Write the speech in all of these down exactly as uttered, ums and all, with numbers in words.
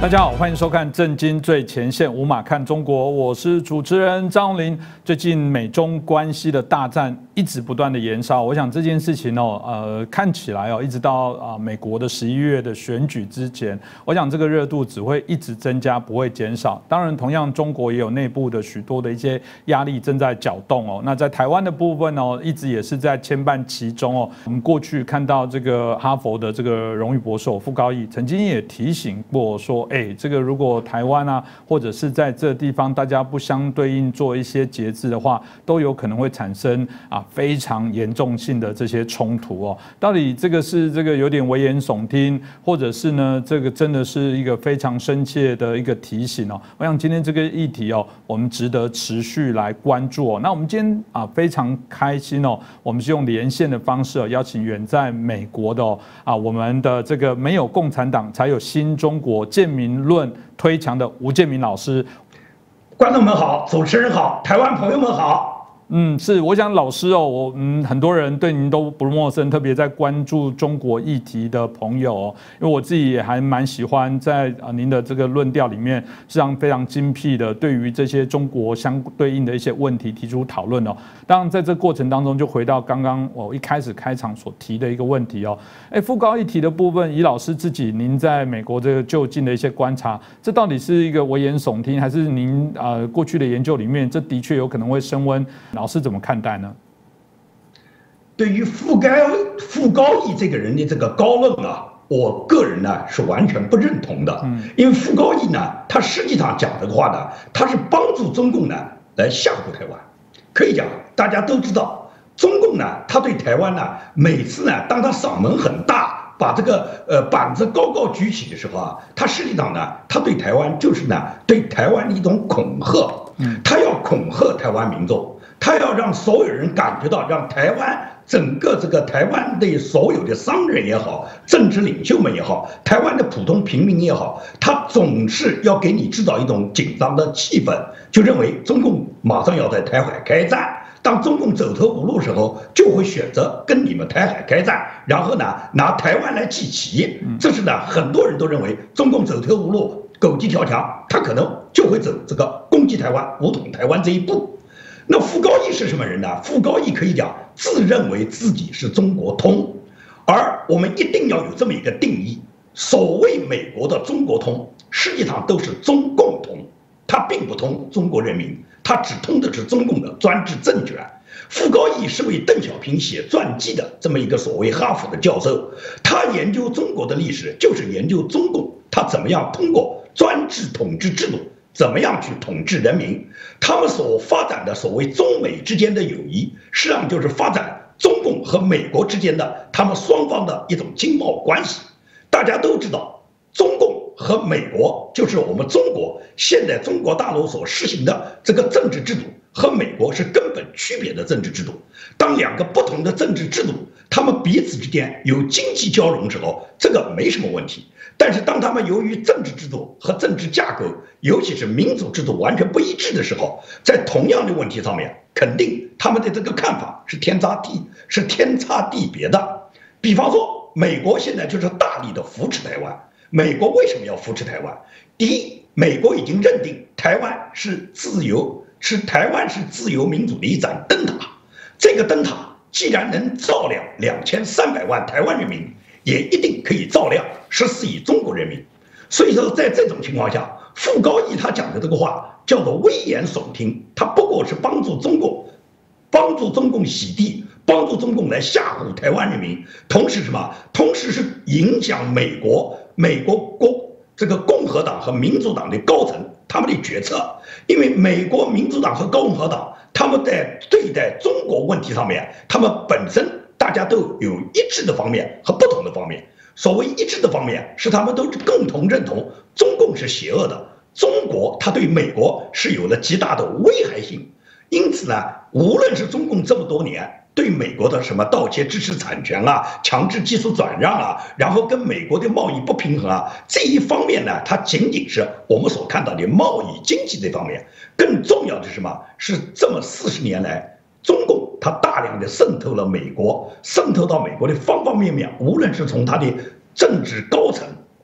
大家好，欢迎收看《震惊最前线》，无马看中国，我是主持人张荣麟。最近美中关系的大战一直不断的延烧，我想这件事情哦，呃，看起来哦，一直到啊美国的十一月的选举之前，我想这个热度只会一直增加，不会减少。当然，同样中国也有内部的许多的一些压力正在搅动哦。那在台湾的部分哦，一直也是在牵绊其中哦。我们过去看到这个哈佛的这个荣誉博士傅高义曾经也提醒过说，哎，这个如果台湾啊，或者是在这个地方大家不相对应做一些节制的话，都有可能会产生啊非常严重性的这些冲突哦。到底这个是这个有点危言耸听，或者是呢这个真的是一个非常深切的一个提醒哦？我想今天这个议题哦，我们值得持续来关注哦。那我们今天啊非常开心哦，我们是用连线的方式、哦、邀请远在美国的哦啊我们的这个没有共产党才有新中国建民论推强的吴建民老师。 观众们好，主持人好，台湾朋友们好。 嗯，是，我想老师哦，我嗯，很多人对您都不陌生，特别在关注中国议题的朋友哦，因为我自己也还蛮喜欢在啊您的这个论调里面，实际上非常精辟的对于这些中国相对应的一些问题提出讨论哦。当然，在这过程当中，就回到刚刚我一开始开场所提的一个问题哦，哎，傅高议题的部分，以老师自己您在美国这个就近的一些观察，这到底是一个危言耸听，还是您呃过去的研究里面，这的确有可能会升温？老师怎么看待呢？ 对于傅高傅高义这个人的这个高论啊，我个人呢是完全不认同的。嗯，因为傅高义呢，他实际上讲这个话呢，他是帮助中共呢来吓唬台湾。可以讲，大家都知道，中共呢，他对台湾呢，每次呢，当他嗓门很大，把这个呃板子高高举起的时候啊，他实际上呢，他对台湾就是呢，对台湾的一种恐吓。嗯，他要恐吓台湾民众。他要让所有人感觉到，让台湾整个这个台湾的所有的商人也好，政治领袖们也好，台湾的普通平民也好，他总是要给你制造一种紧张的气氛，就认为中共马上要在台海开战。当中共走投无路的时候，就会选择跟你们台海开战，然后呢拿台湾来祭旗。这是呢很多人都认为中共走投无路，狗急跳墙，他可能就会走这个攻击台湾、武统台湾这一步。那傅高义是什么人呢？傅高义可以讲自认为自己是中国通，而我们一定要有这么一个定义：所谓美国的中国通，实际上都是中共通，他并不通中国人民，他只通的是中共的专制政权。傅高义是为邓小平写传记的这么一个所谓哈佛的教授，他研究中国的历史，就是研究中共他怎么样通过专制统治制度。怎么样去统治人民？他们所发展的所谓中美之间的友谊，实际上就是发展中共和美国之间的他们双方的一种经贸关系。大家都知道，中共和美国就是我们中国现在中国大陆所实行的这个政治制度，和美国是根本区别的政治制度。当两个不同的政治制度，他们彼此之间有经济交融时候，这个没什么问题。但是当他们由于政治制度和政治架构，尤其是民主制度完全不一致的时候，在同样的问题上面，肯定他们的这个看法是天差地是天差地别的。比方说，美国现在就是大力的扶持台湾。美国为什么要扶持台湾？第一，美国已经认定台湾是自由，是台湾是自由民主的一盏灯塔。这个灯塔既然能照亮两千三百万台湾人民，也一定可以照亮十四亿中国人民。所以说，在这种情况下，傅高义他讲的这个话叫做危言耸听，他不过是帮助中共，帮助中共洗地，帮助中共来吓唬台湾人民，同时什么？同时是影响美国美国国这个共和党和民主党的高层他们的决策，因为美国民主党和共和党他们在对待中国问题上面，他们本身大家都有一致的方面和不同的方面。所谓一致的方面，是他们都共同认同中共是邪恶的，中国它对美国是有了极大的危害性。因此呢，无论是中共这么多年对美国的什么盗窃知识产权啊、强制技术转让啊，然后跟美国的贸易不平衡啊，这一方面呢，它仅仅是我们所看到的贸易经济这方面。更重要的是什么？是这么四十年来，中共它大量的渗透了美国，渗透到美国的方方面面，无论是从它的政治高层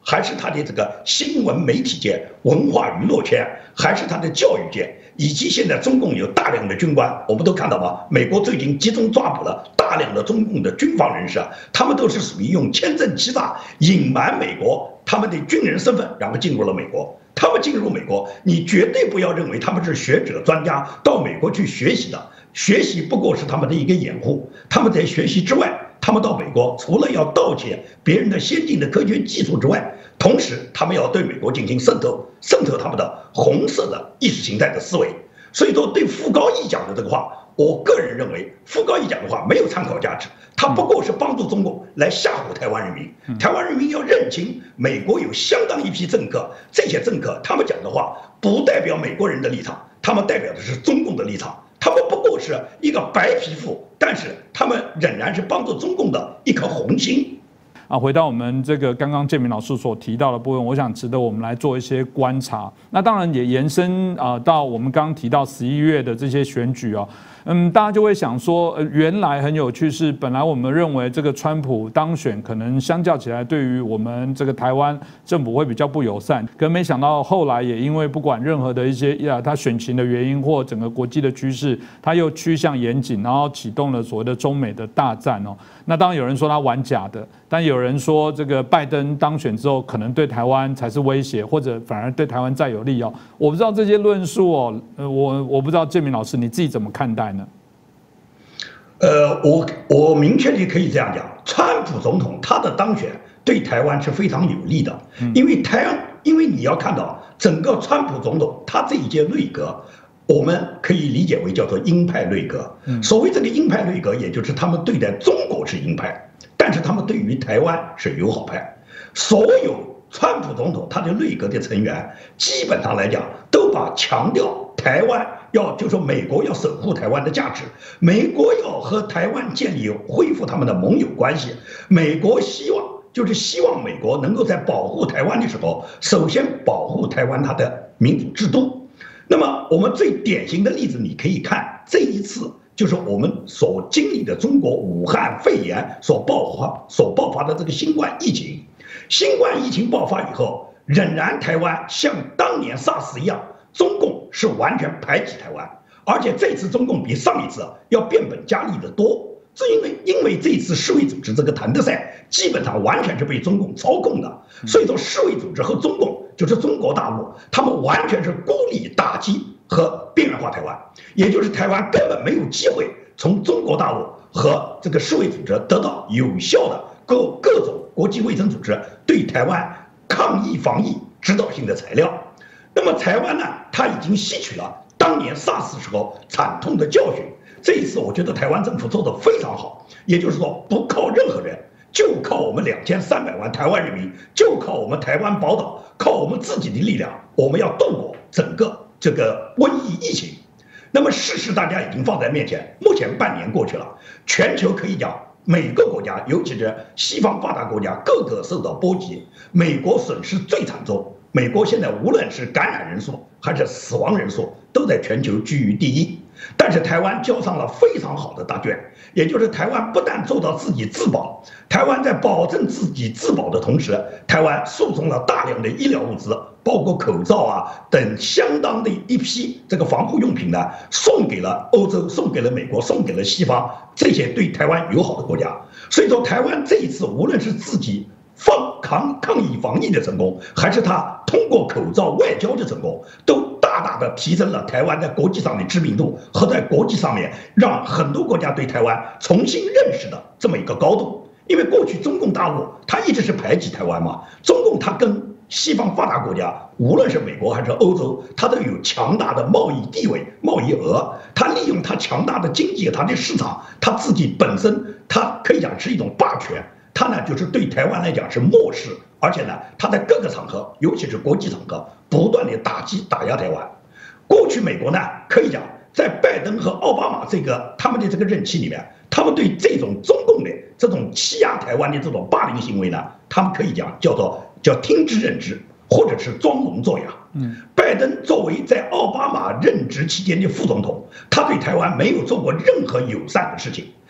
还是他的这个新闻媒体界、文化娱乐圈，还是他的教育界，以及现在中共有大量的军官，我们都看到吧？美国最近集中抓捕了大量的中共的军方人士，他们都是属于用签证欺诈、隐瞒美国他们的军人身份，然后进入了美国。他们进入美国，你绝对不要认为他们是学者专家到美国去学习的，学习不过是他们的一个掩护。他们在学习之外，他们到美国除了要盗窃别人的先进的科学技术之外，同时他们要对美国进行渗透，渗透他们的红色的意识形态的思维。所以说，对傅高义讲的这个话，我个人认为傅高义讲的话没有参考价值，他不过是帮助中共来吓唬台湾人民。台湾人民要认清，美国有相当一批政客，这些政客他们讲的话不代表美国人的立场，他们代表的是中共的立场。他们不过是一个白皮肤，但是他们仍然是帮助中共的一颗红心。 啊，回到我们这个刚刚建明老师所提到的部分，我想值得我们来做一些观察。那当然也延伸啊到我们刚刚提到十一月的这些选举啊，嗯，大家就会想说，呃，原来很有趣是，本来我们认为这个川普当选可能相较起来对于我们这个台湾政府会比较不友善，可没想到后来也因为不管任何的一些呀，他选情的原因或整个国际的趋势，他又趋向严谨，然后启动了所谓的中美的大战哦。那当然有人说他玩假的，但有人说这个拜登当选之后，可能对台湾才是威胁，或者反而对台湾再有利哦。我不知道这些论述哦，呃，我我不知道建明老师你自己怎么看待呢？ 呃，我我明确的可以这样讲，川普总统他的当选对台湾是非常有利的，因为台湾，因为你要看到整个川普总统他这一届内阁，我们可以理解为叫做鹰派内阁。所谓这个鹰派内阁，也就是他们对待中国是鹰派，但是他们对于台湾是友好派。所有川普总统他的内阁的成员，基本上来讲都把强调台湾要，就说美国要守护台湾的价值，美国要和台湾建立恢复他们的盟友关系，美国希望就是希望美国能够在保护台湾的时候，首先保护台湾它的民主制度。那么我们最典型的例子，你可以看这一次，就是我们所经历的中国武汉肺炎所爆发所爆发的这个新冠疫情。新冠疫情爆发以后，仍然台湾像当年 SARS 一样，中共是完全排挤台湾，而且这次中共比上一次要变本加厉的多。是因为因为这次世卫组织这个谭德赛基本上完全是被中共操控的，所以说世卫组织和中共就是中国大陆，他们完全是孤立打击和边缘化台湾，也就是台湾根本没有机会从中国大陆和这个世卫组织得到有效的各各种国际卫生组织对台湾抗疫防疫指导性的材料。那么台湾呢，它已经吸取了当年 SARS 时候惨痛的教训。这一次我觉得台湾政府做得非常好，也就是说不靠任何人，就靠我们两千三百万台湾人民，就靠我们台湾宝岛，靠我们自己的力量，我们要度过整个这个瘟疫疫情。那么事实大家已经放在面前，目前半年过去了，全球可以讲每个国家，尤其是西方发达国家，个个受到波及，美国损失最惨重。美国现在无论是感染人数还是死亡人数，都在全球居于第一。但是台湾交上了非常好的答卷，也就是台湾不但做到自己自保，台湾在保证自己自保的同时，台湾输送了大量的医疗物资，包括口罩啊等相当的一批这个防护用品呢，送给了欧洲，送给了美国，送给了西方这些对台湾友好的国家。所以说台湾这一次无论是自己防抗抗疫防疫的成功，还是他通过口罩外交的成功，都大大的提升了台湾在国际上的知名度和在国际上面让很多国家对台湾重新认识的这么一个高度。因为过去中共大陆它一直是排挤台湾嘛，中共它跟西方发达国家，无论是美国还是欧洲，它都有强大的贸易地位、贸易额，它利用它强大的经济、它的市场，它自己本身它可以讲是一种霸权。他呢，就是对台湾来讲是漠视，而且呢，他在各个场合，尤其是国际场合，不断的打击打压台湾。过去美国呢，可以讲在拜登和奥巴马这个他们的这个任期里面，他们对这种中共的这种欺压台湾的这种霸凌行为呢，他们可以讲叫做叫听之任之，或者是装聋作哑。嗯，拜登作为在奥巴马任职期间的副总统，他对台湾没有做过任何友善的事情。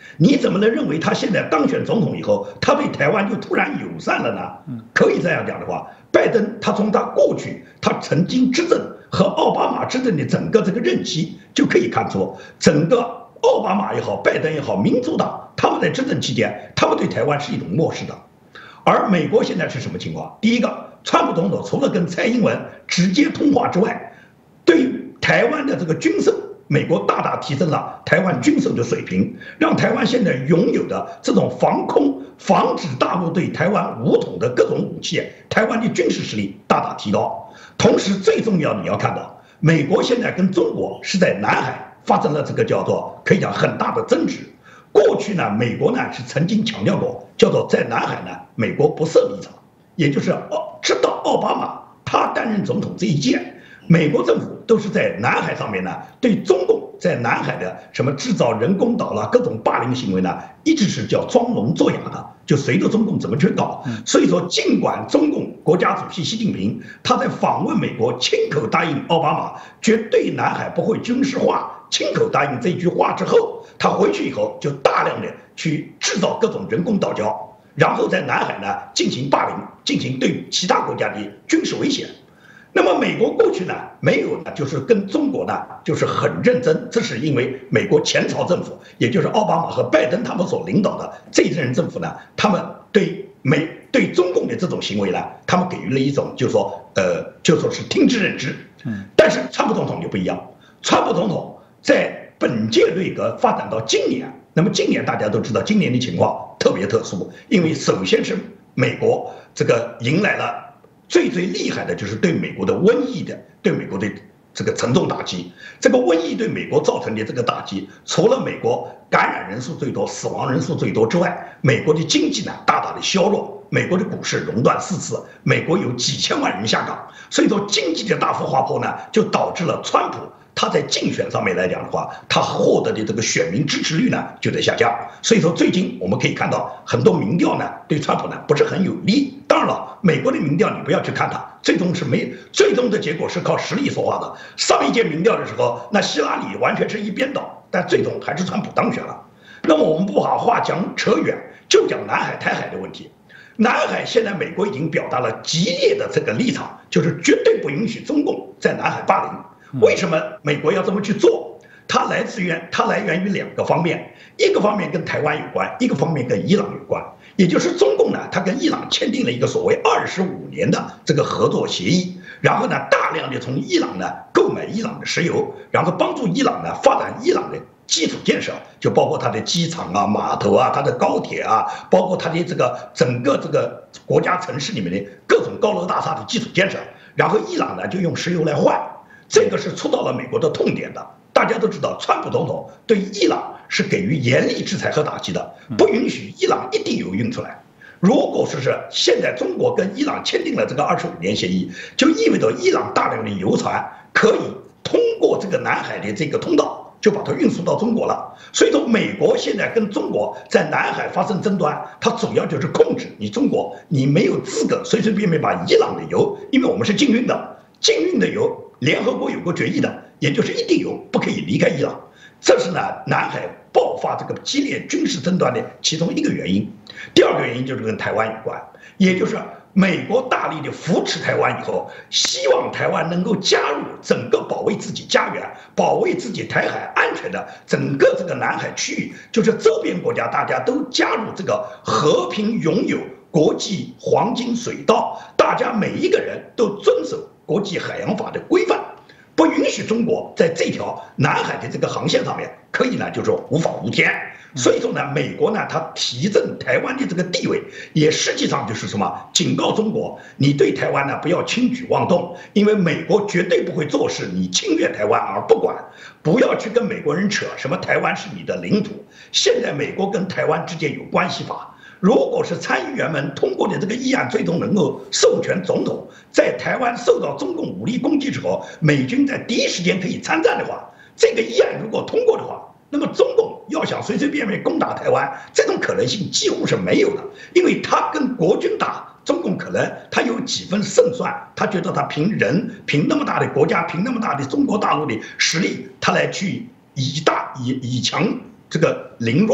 你怎么能认为他现在当选总统以后，他对台湾就突然友善了呢？可以这样讲的话，拜登他从他过去他曾经执政和奥巴马执政的整个这个任期就可以看出，整个奥巴马也好，拜登也好，民主党他们在执政期间，他们对台湾是一种漠视的。而美国现在是什么情况？第一个，川普总统除了跟蔡英文直接通话之外，对于台湾的这个军售，美国大大提升了台湾军售的水平，让台湾现在拥有的这种防空、防止大陆对台湾武统的各种武器，台湾的军事实力大大提高。同时，最重要你要看到，美国现在跟中国是在南海发生了这个叫做可以讲很大的争执。过去呢，美国呢是曾经强调过，叫做在南海呢，美国不设立场，也就是奥直到奥巴马他担任总统这一届。美国政府都是在南海上面呢，对中共在南海的什么制造人工岛啦、各种霸凌行为呢，一直是叫装聋作哑的，就随着中共怎么去搞。所以说，尽管中共国家主席习近平他在访问美国，亲口答应奥巴马绝对南海不会军事化，亲口答应这句话之后，他回去以后就大量的去制造各种人工岛礁，然后在南海呢进行霸凌，进行对其他国家的军事威胁。那么美国过去呢，没有呢，就是跟中国呢，就是很认真，这是因为美国前朝政府，也就是奥巴马和拜登他们所领导的这一任政府呢，他们对美对中共的这种行为呢，他们给予了一种就是说，呃，就说是听之任之。嗯，但是川普总统就不一样，川普总统在本届内阁发展到今年，那么今年大家都知道，今年的情况特别特殊，因为首先是美国这个迎来了。最最厉害的就是对美国的瘟疫的，对美国的这个沉重打击。这个瘟疫对美国造成的这个打击，除了美国感染人数最多、死亡人数最多之外，美国的经济呢大大的削弱，美国的股市熔断四次，美国有几千万人下岗。所以说经济的大幅滑坡呢，就导致了川普他在竞选上面来讲的话，他获得的这个选民支持率呢就在下降。所以说最近我们可以看到很多民调呢对川普呢不是很有利。当然了，美国的民调你不要去看它，最终是没最终的结果是靠实力说话的。上一届民调的时候，那希拉里完全是一边倒，但最终还是川普当选了。那么我们不把话讲扯远，就讲南海、台海的问题。南海现在美国已经表达了激烈的这个立场，就是绝对不允许中共在南海霸凌。为什么美国要这么去做？它来自于它来源于两个方面，一个方面跟台湾有关，一个方面跟伊朗有关。也就是中共呢，它跟伊朗签订了一个所谓二十五年的这个合作协议，然后呢，大量的从伊朗呢购买伊朗的石油，然后帮助伊朗呢发展伊朗的基础建设，就包括它的机场啊、码头啊、它的高铁啊，包括它的这个整个这个国家城市里面的各种高楼大厦的基础建设，然后伊朗呢就用石油来换，这个是触到了美国的痛点的。大家都知道，川普总统对伊朗是给予严厉制裁和打击的，不允许伊朗一滴油运出来。如果说是现在中国跟伊朗签订了这个二十五年协议，就意味着伊朗大量的油船可以通过这个南海的这个通道，就把它运输到中国了。所以说，美国现在跟中国在南海发生争端，它主要就是控制你中国，你没有资格随随便便把伊朗的油，因为我们是禁运的，禁运的油，联合国有过决议的。也就是一滴油不可以离开伊朗，这是呢南海爆发这个激烈军事争端的其中一个原因。第二个原因就是跟台湾有关，也就是美国大力的扶持台湾以后，希望台湾能够加入整个保卫自己家园、保卫自己台海安全的整个这个南海区域，就是周边国家大家都加入这个和平拥有国际黄金水道，大家每一个人都遵守国际海洋法的规范。不允许中国在这条南海的这个航线上面可以呢，就是无法无天。所以说呢，美国呢，它提振台湾的这个地位，也实际上就是什么？警告中国，你对台湾呢不要轻举妄动，因为美国绝对不会做事，你侵略台湾而不管，不要去跟美国人扯什么台湾是你的领土。现在美国跟台湾之间有关系法。如果是参议员们通过的这个议案最终能够授权总统在台湾受到中共武力攻击之后，美军在第一时间可以参战的话，这个议案如果通过的话，那么中共要想随随便便攻打台湾，这种可能性几乎是没有的，因为他跟国军打，中共可能他有几分胜算，他觉得他凭人，凭那么大的国家，凭那么大的中国大陆的实力，他来去以大以以强这个凌弱。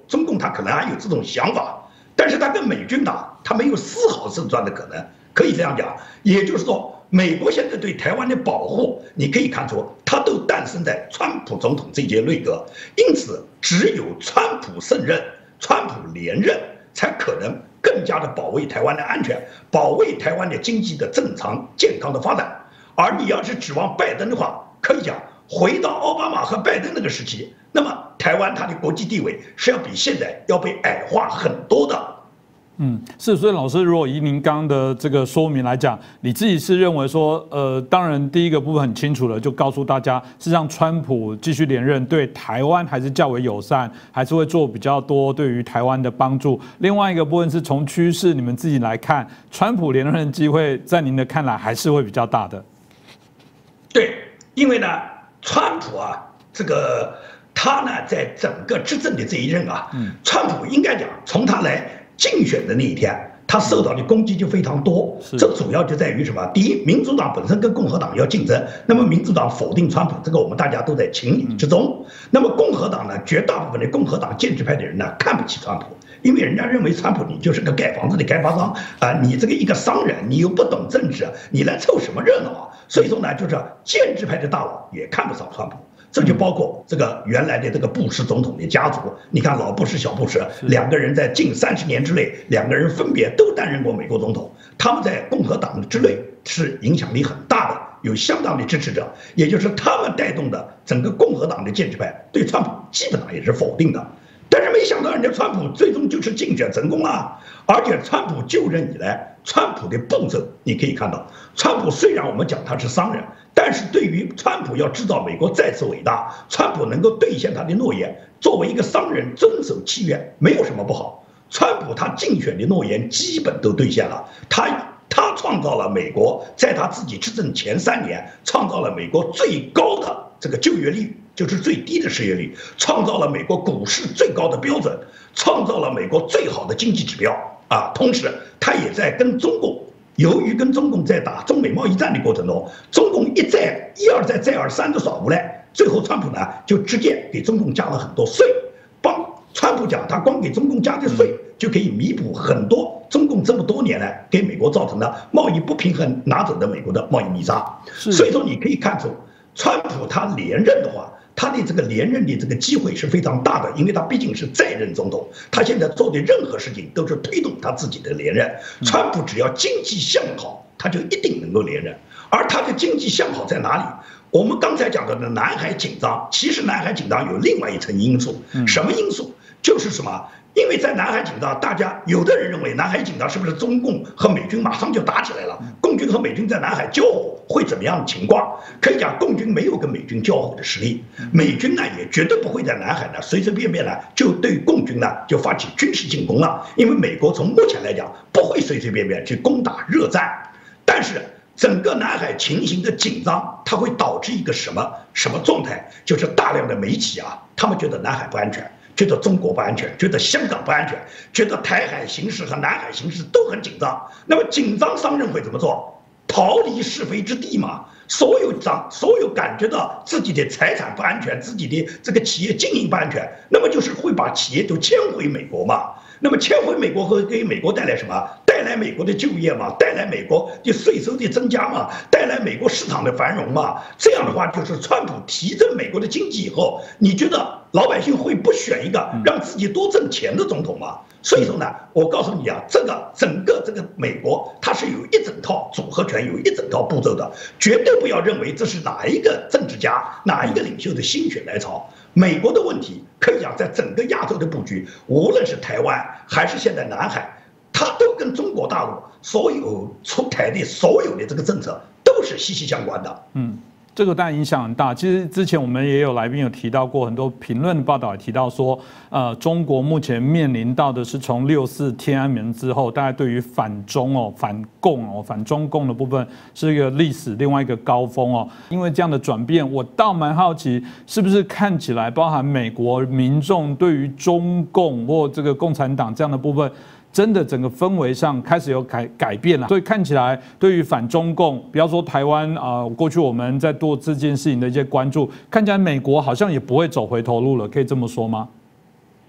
中共他可能还有这种想法，但是他跟美军打，他没有丝毫胜算的可能，可以这样讲。也就是说，美国现在对台湾的保护，你可以看出，它都诞生在川普总统这届内阁，因此只有川普胜任，川普连任，才可能更加的保卫台湾的安全，保卫台湾的经济的正常健康的发展。而你要是指望拜登的话，可以讲回到奥巴马和拜登那个时期，那么台湾它的国际地位是要比现在要被矮化很多的。 嗯，是，所以老师，如果以您刚刚的这个说明来讲，你自己是认为说，呃，当然第一个部分很清楚了，就告诉大家，是让川普继续连任对台湾还是较为友善，还是会做比较多对于台湾的帮助。另外一个部分是从趋势你们自己来看，川普连任的机会在您的看来还是会比较大的。 对，因为呢，川普啊，这个他呢，在整个执政的这一任啊，嗯，川普应该讲，从他来竞选的那一天，他受到的攻击就非常多。这主要就在于什么？第一，民主党本身跟共和党要竞争，那么民主党否定川普，这个我们大家都在情理之中。那么共和党呢，绝大部分的共和党建制派的人呢，看不起川普。因为人家认为川普你就是个盖房子的开发商啊，你这个一个商人，你又不懂政治，你来凑什么热闹啊？所以说呢，就是建制派的大佬也看不上川普，这就包括这个原来的这个布什总统的家族。你看老布什、小布什两个人在近三十年之内，两个人分别都担任过美国总统，他们在共和党之内是影响力很大的，有相当的支持者，也就是他们带动的整个共和党的建制派对川普基本上也是否定的。但是没想到人家川普最终就是竞选成功了，而且川普就任以来，川普的步骤你可以看到，川普虽然我们讲他是商人，但是对于川普要制造美国再次伟大，川普能够兑现他的诺言，作为一个商人遵守契约，没有什么不好。川普他竞选的诺言基本都兑现了，他他创造了美国在他自己执政前三年创造了美国最高的这个就业率。就是最低的失业率，创造了美国股市最高的标准，创造了美国最好的经济指标啊！同时，他也在跟中共，由于跟中共在打中美贸易战的过程中，中共一再一而再再而三的耍无赖，最后川普呢就直接给中共加了很多税，帮川普讲，他光给中共加的税就可以弥补很多中共这么多年来给美国造成的贸易不平衡拿走的美国的贸易逆差。所以说，你可以看出，川普他连任的话。他的这个连任的这个机会是非常大的，因为他毕竟是在任总统，他现在做的任何事情都是推动他自己的连任。川普只要经济向好，他就一定能够连任。而他的经济向好在哪里？我们刚才讲到的南海紧张，其实南海紧张有另外一层因素，什么因素？就是什么？因为在南海紧张，大家有的人认为南海紧张是不是中共和美军马上就打起来了？共军和美军在南海交火会怎么样的情况？可以讲，共军没有跟美军交火的实力，美军呢也绝对不会在南海呢随随便便呢就对共军呢就发起军事进攻了，因为美国从目前来讲不会随随便便去攻打热战。但是整个南海情形的紧张，它会导致一个什么什么状态？就是大量的媒体啊，他们觉得南海不安全。觉得中国不安全，觉得香港不安全，觉得台海形势和南海形势都很紧张。那么紧张商人会怎么做？逃离是非之地嘛。所有长，所有感觉到自己的财产不安全，自己的这个企业经营不安全，那么就是会把企业都迁回美国嘛。那么迁回美国会给美国带来什么？带来美国的就业嘛，带来美国的税收的增加嘛，带来美国市场的繁荣嘛。这样的话，就是川普提振美国的经济以后，你觉得老百姓会不选一个让自己多挣钱的总统吗？所以说呢，我告诉你啊，这个整个这个美国它是有一整套组合拳，有一整套步骤的，绝对不要认为这是哪一个政治家、哪一个领袖的心血来潮。美国的问题可以讲，在整个亚洲的布局，无论是台湾还是现在南海，它都跟中国大陆所有出台的所有的这个政策都是息息相关的。嗯。 这个当然影响很大。其实之前我们也有来宾有提到过，很多评论报道也提到说，呃，中国目前面临到的是从六四天安门之后，大概对于反中哦、反共哦、反中共的部分是一个历史另外一个高峰哦。因为这样的转变，我倒蛮好奇，是不是看起来包含美国民众对于中共或这个共产党这样的部分，真的整个氛围上开始有改改变了，所以看起来对于反中共，不要说台湾啊、呃，过去我们在做这件事情的一些关注，看起来美国好像也不会走回头路了，可以这么说吗？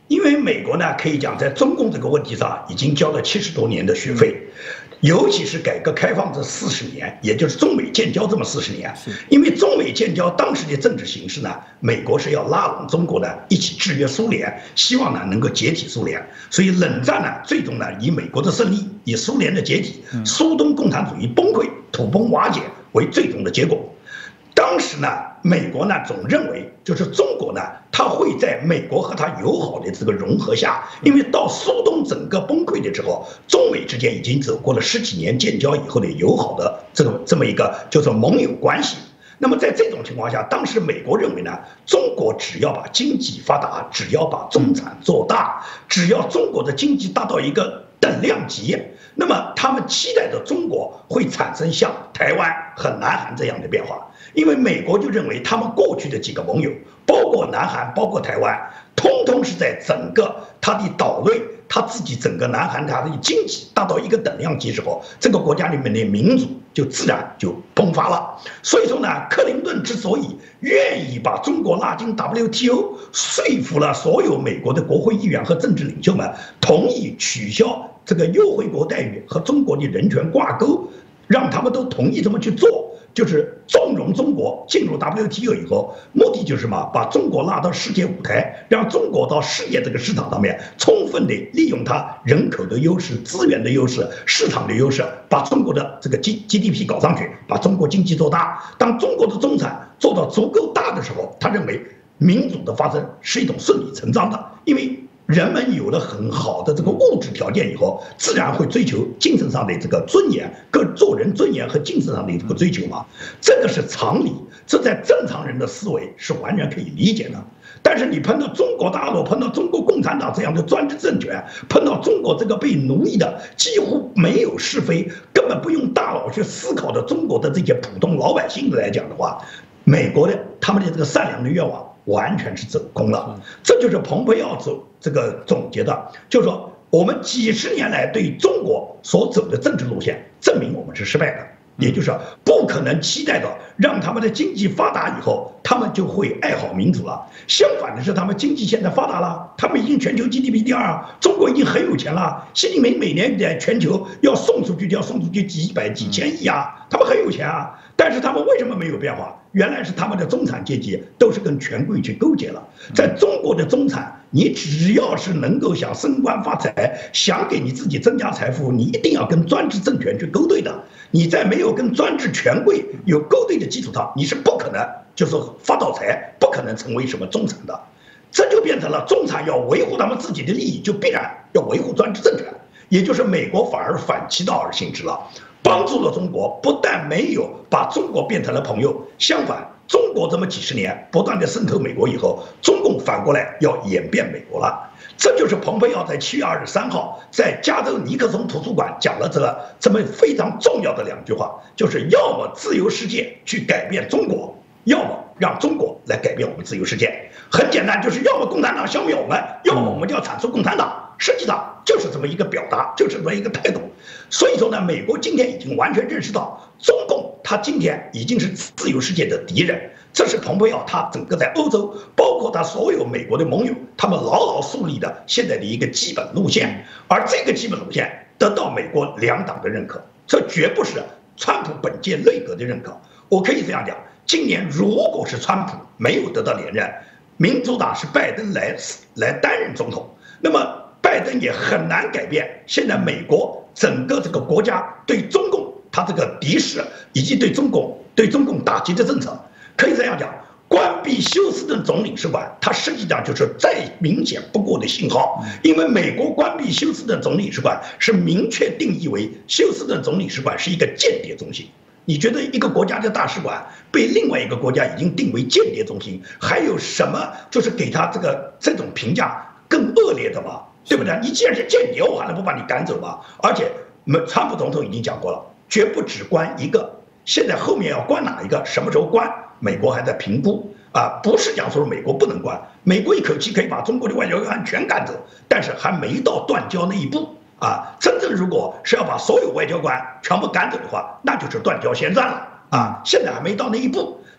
因为美国呢，可以讲在中共这个问题上已经交了七十多年的学费，尤其是改革开放这四十年，也就是中美建交这么四十年，因为中美建交当时的政治形势呢，美国是要拉拢中国呢，一起制约苏联，希望呢能够解体苏联，所以冷战呢，最终呢以美国的胜利，以苏联的解体，苏东共产主义崩溃、土崩瓦解为最终的结果。当时呢，美国呢总认为，就是中国呢，它会在美国和它友好的这个融合下，因为到苏东整个崩溃的时候，中美之间已经走过了十几年建交以后的友好的这个这么一个就是盟友关系。那么在这种情况下，当时美国认为呢，中国只要把经济发达，只要把中产做大，只要中国的经济达到一个等量级，那么他们期待着中国会产生像台湾和南韩这样的变化。因为美国就认为他们过去的几个盟友，包括南韩，包括台湾，通通是在整个他的岛内，他自己整个南韩他的经济达到一个等量级时候，这个国家里面的民主就自然就迸发了。所以说呢，克林顿之所以愿意把中国拉进 W T O， 说服了所有美国的国会议员和政治领袖们同意取消这个优惠国待遇和中国的人权挂钩，让他们都同意这么去做。就是纵容中国进入 W T O 以后，目的就是什么？把中国拉到世界舞台，让中国到世界这个市场上面，充分的利用它人口的优势、资源的优势、市场的优势，把中国的这个 G G D P 搞上去，把中国经济做大。当中国的中产做到足够大的时候，他认为民主的发生是一种顺理成章的，因为人们有了很好的这个物质条件以后，自然会追求精神上的这个尊严，各做人尊严和精神上的这个追求嘛，这个是常理，这在正常人的思维是完全可以理解的。但是你碰到中国大陆，碰到中国共产党这样的专制政权，碰到中国这个被奴役的几乎没有是非，根本不用大脑去思考的中国的这些普通老百姓来讲的话，美国的他们的这个善良的愿望完全是走空了。这就是蓬佩奥走这个总结的，就是说我们几十年来对中国所走的政治路线，证明我们是失败的。也就是说，不可能期待着让他们的经济发达以后，他们就会爱好民主了。相反的是，他们经济现在发达了，他们已经全球 G D P 第二，中国已经很有钱了。习近平每年在全球要送出去，就要送出去几百几千亿啊，他们很有钱啊。但是他们为什么没有变化？原来是他们的中产阶级都是跟权贵去勾结了。在中国的中产，你只要是能够想升官发财，想给你自己增加财富，你一定要跟专制政权去勾兑的。你在没有跟专制权贵有勾兑的基础上，你是不可能就是发到财，不可能成为什么中产的。这就变成了中产要维护他们自己的利益，就必然要维护专制政权。也就是美国反而反其道而行之了，帮助了中国，不但没有把中国变成了朋友，相反，中国这么几十年不断的渗透美国以后，中共反过来要演变美国了。这就是蓬佩奥在七月二十三号在加州尼克松图书馆讲了这个这么非常重要的两句话，就是要么自由世界去改变中国，要么让中国来改变我们自由世界。很简单，就是要么共产党消灭我们，要么我们就要铲除共产党。实际上就是这么一个表达，就是这么一个态度。所以说呢，美国今天已经完全认识到，中共他今天已经是自由世界的敌人。这是蓬佩奥他整个在欧洲，包括他所有美国的盟友，他们牢牢树立的现在的一个基本路线。而这个基本路线得到美国两党的认可，这绝不是川普本届内阁的认可。我可以这样讲，今年如果是川普没有得到连任，民主党是拜登来来担任总统，那么拜登也很难改变现在美国整个这个国家对中共他这个敌视以及对中共对中共打击的政策。可以这样讲，关闭休斯顿总领事馆，它实际上就是再明显不过的信号。因为美国关闭休斯顿总领事馆是明确定义为休斯顿总领事馆是一个间谍中心。你觉得一个国家的大使馆被另外一个国家已经定为间谍中心，还有什么就是给他这个这种评价更恶劣的吗？对不对？你既然是间谍，我还能不把你赶走吗？而且，川普总统已经讲过了，绝不只关一个，现在后面要关哪一个，什么时候关，美国还在评估啊，不是讲说美国不能关，美国一口气可以把中国的外交官全赶走，但是还没到断交那一步啊。真正如果是要把所有外交官全部赶走的话，那就是断交先算了啊。现在还没到那一步。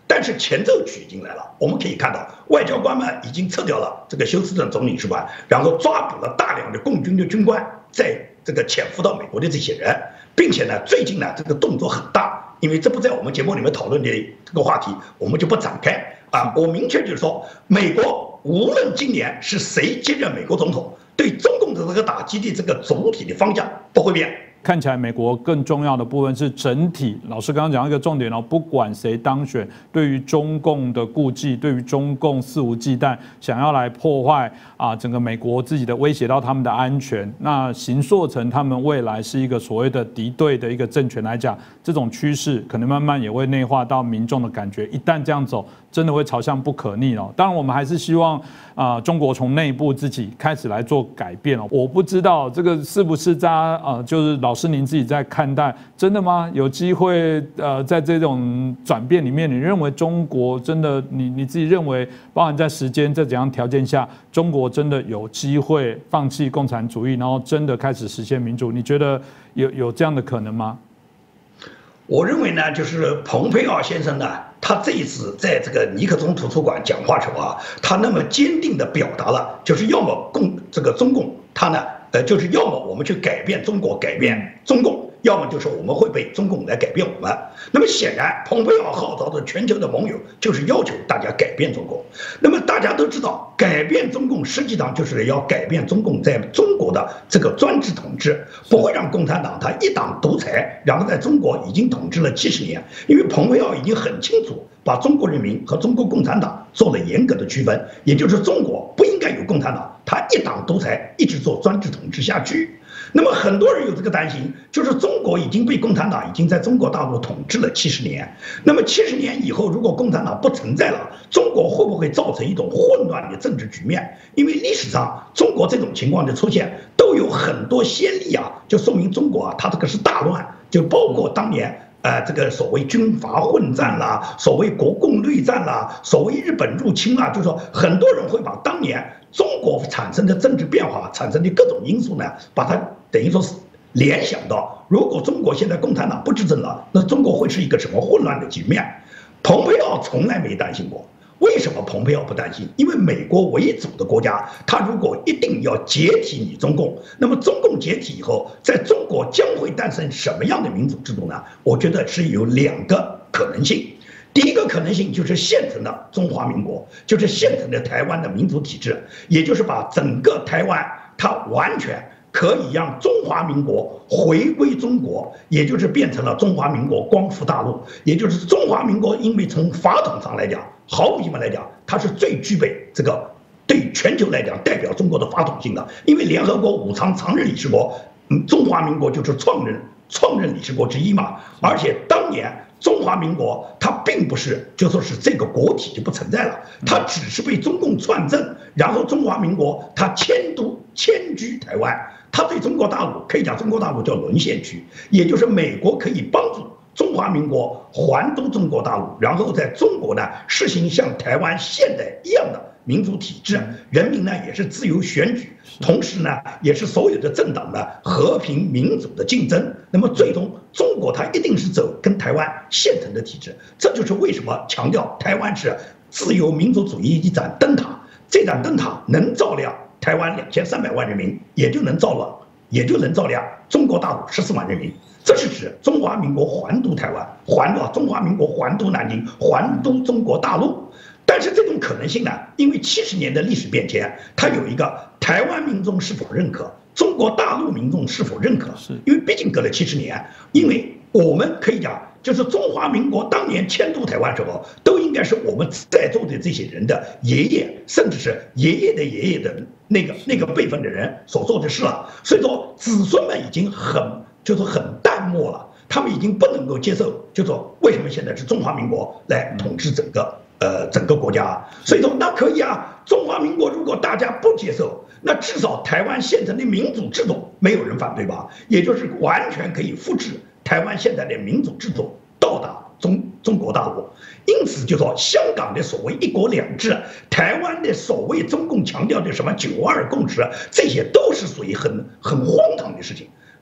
但是前奏曲已经来了，我们可以看到，外交官们已经撤掉了这个休斯顿总领事馆，然后抓捕了大量的共军的军官，在这个潜伏到美国的这些人，并且呢，最近呢，这个动作很大，因为这不在我们节目里面讨论的这个话题，我们就不展开啊。我明确就是说，美国无论今年是谁接任美国总统，对中共的这个打击的这个总体的方向不会变。 看起来美国更重要的部分是整体。老师刚刚讲到一个重点哦，不管谁当选，对于中共的顾忌，对于中共肆无忌惮想要来破坏啊整个美国自己的威胁到他们的安全，那形塑成他们未来是一个所谓的敌对的一个政权来讲，这种趋势可能慢慢也会内化到民众的感觉。一旦这样走，真的会朝向不可逆哦。当然，我们还是希望啊、呃、中国从内部自己开始来做改变哦。我不知道这个是不是大家呃就是老。老师，您自己在看待，真的吗？有机会呃，在这种转变里面，你认为中国真的，你你自己认为，包含在时间在怎样条件下，中国真的有机会放弃共产主义，然后真的开始实现民主？你觉得有有这样的可能吗？ 我认为呢，就是蓬佩奥先生呢，他这一次在这个尼克松图书馆讲话时候啊，他那么坚定地表达了，就是要么共这个中共，他呢。呃，就是要么我们去改变中国，改变中共，要么就是我们会被中共来改变我们。那么显然，蓬佩奥号召的全球的盟友就是要求大家改变中国。那么大家都知道，改变中共实际上就是要改变中共在中国的这个专制统治，不会让共产党他一党独裁，然后在中国已经统治了七十年。因为蓬佩奥已经很清楚把中国人民和中国共产党做了严格的区分，也就是中国不应该有共产党。他一党独裁，一直做专制统治下去。那么很多人有这个担心，就是中国已经被共产党已经在中国大陆统治了七十年。那么七十年以后，如果共产党不存在了，中国会不会造成一种混乱的政治局面？因为历史上中国这种情况的出现都有很多先例啊，就说明中国啊，它这个是大乱，就包括当年。呃，这个所谓军阀混战啦，所谓国共内战啦，所谓日本入侵啦，就是说很多人会把当年中国产生的政治变化产生的各种因素呢，把它等于说是联想到，如果中国现在共产党不执政了，那中国会是一个什么混乱的局面？蓬佩奥从来没担心过。为什么蓬佩奥不担心？因为美国为主的国家，他如果一定要解体你中共，那么中共解体以后，在中国将会诞生什么样的民主制度呢？我觉得是有两个可能性。第一个可能性就是现成的中华民国，就是现成的台湾的民主体制，也就是把整个台湾它完全可以让中华民国回归中国，也就是变成了中华民国光复大陆，也就是中华民国，因为从法统上来讲，毫无疑问来讲，它是最具备这个对全球来讲代表中国的法统性的。因为联合国五常常任理事国，嗯，中华民国就是创任创任理事国之一嘛。而且当年中华民国它并不是就说是这个国体就不存在了，它只是被中共篡政，然后中华民国它迁都迁居台湾，它对中国大陆可以讲中国大陆叫沦陷区，也就是美国可以帮助中华民国还都中国大陆，然后在中国呢实行像台湾现代一样的民主体制，人民呢也是自由选举，同时呢也是所有的政党的和平民主的竞争。那么最终中国它一定是走跟台湾现成的体制，这就是为什么强调台湾是自由民主主义一盏灯塔，这盏灯塔能照亮台湾两千三百万人民，也就能照亮也就能照亮中国大陆十四万人民。这是指中华民国还都台湾，还到中华民国还都南京，还都中国大陆。但是这种可能性呢，因为七十年的历史变迁，它有一个台湾民众是否认可，中国大陆民众是否认可？是因为毕竟隔了七十年，因为我们可以讲，就是中华民国当年迁都台湾时候，都应该是我们在座的这些人的爷爷，甚至是爷爷的爷爷的那个那个辈分的人所做的事了。所以说，子孙们已经很就是很淡漠了，他们已经不能够接受，就说为什么现在是中华民国来统治整个呃整个国家？所以说那可以啊，中华民国如果大家不接受，那至少台湾现成的民主制度没有人反对吧？也就是完全可以复制台湾现在的民主制度到达中中国大陆。因此就说香港的所谓一国两制，台湾的所谓中共强调的什么九二共识，这些都是属于很很荒唐的事情。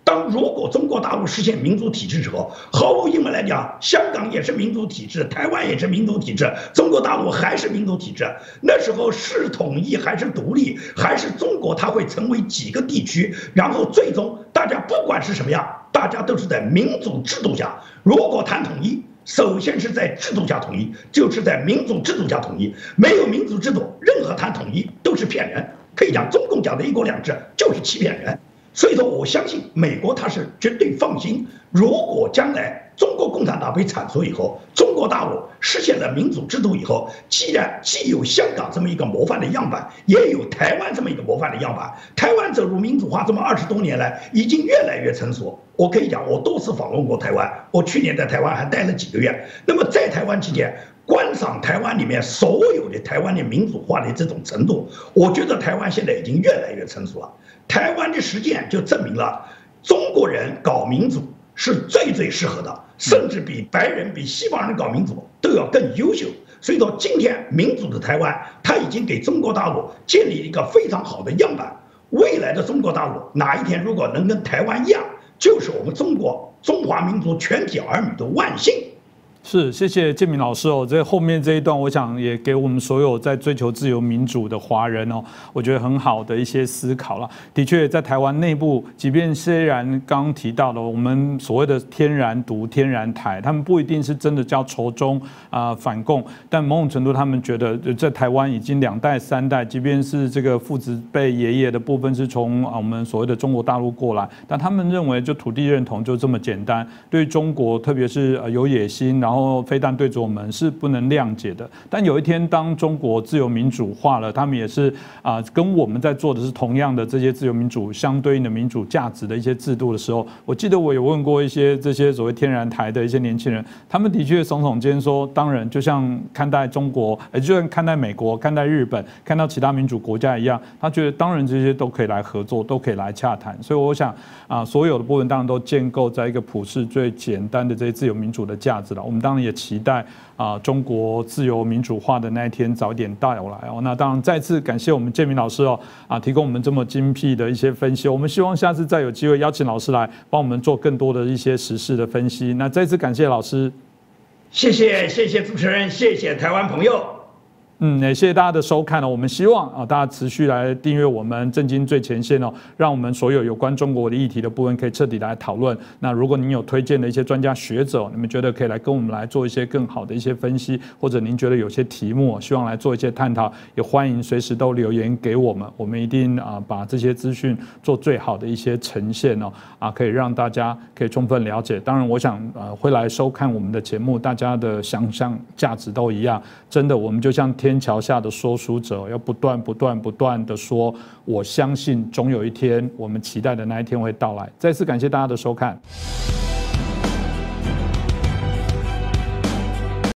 当如果中国大陆实现民主体制之后，毫无疑问来讲，香港也是民主体制，台湾也是民主体制，中国大陆还是民主体制。那时候是统一还是独立，还是中国它会成为几个地区，然后最终大家不管是什么样，大家都是在民主制度下。如果谈统一，首先是在制度下统一，就是在民主制度下统一。没有民主制度，任何谈统一都是骗人。可以讲，中共讲的一国两制就是欺骗人。所以说，我相信美国他是绝对放心。如果将来中国共产党被铲除以后，中国大陆实现了民主制度以后，既然既有香港这么一个模范的样板，也有台湾这么一个模范的样板。台湾走入民主化这么二十多年来，已经越来越成熟。我可以讲，我多次访问过台湾，我去年在台湾还待了几个月。那么在台湾期间，观赏台湾里面所有的台湾的民主化的这种程度，我觉得台湾现在已经越来越成熟了。台湾的实践就证明了，中国人搞民主是最最适合的，甚至比白人、比西方人搞民主都要更优秀。所以说，今天民主的台湾，它已经给中国大陆建立了一个非常好的样板。未来的中国大陆哪一天如果能跟台湾一样，就是我们中国中华民族全体儿女的万幸。 是，谢谢建民老师哦。这后面这一段，我想也给我们所有在追求自由民主的华人哦，我觉得很好的一些思考了。的确，在台湾内部，即便虽然刚刚提到了我们所谓的天然独、天然台，他们不一定是真的叫仇中啊、呃、反共，但某种程度他们觉得在台湾已经两代三代，即便是这个父子辈爷爷的部分是从啊我们所谓的中国大陆过来，但他们认为就土地认同就这么简单。对中国，特别是呃有野心，然后然后飞弹对着我们是不能谅解的。但有一天，当中国自由民主化了，他们也是啊、呃，跟我们在做的是同样的这些自由民主相对应的民主价值的一些制度的时候，我记得我有问过一些这些所谓天然台的一些年轻人，他们的确耸耸肩说，当然就像看待中国，也就像看待美国、看待日本、看到其他民主国家一样，他觉得当然这些都可以来合作，都可以来洽谈。所以我想啊、呃，所有的部分当然都建构在一个普世最简单的这些自由民主的价值了。我们当然也期待啊，中国自由民主化的那一天早点到来哦。那当然再次感谢我们建民老师哦啊，提供我们这么精辟的一些分析。我们希望下次再有机会邀请老师来帮我们做更多的一些时事的分析。那再次感谢老师， 谢谢谢谢主持人，谢谢台湾朋友。 嗯，也谢谢大家的收看哦。我们希望啊，大家持续来订阅我们震惊最前线哦，让我们所有有关中国的议题的部分可以彻底来讨论。那如果您有推荐的一些专家学者，你们觉得可以来跟我们来做一些更好的一些分析，或者您觉得有些题目希望来做一些探讨，也欢迎随时都留言给我们，我们一定啊把这些资讯做最好的一些呈现哦，啊可以让大家可以充分了解。当然，我想呃会来收看我们的节目，大家的想象价值都一样，真的，我们就像天桥下的说书者，要不断不断不断的说，我相信总有一天，我们期待的那一天会到来。再次感谢大家的收看。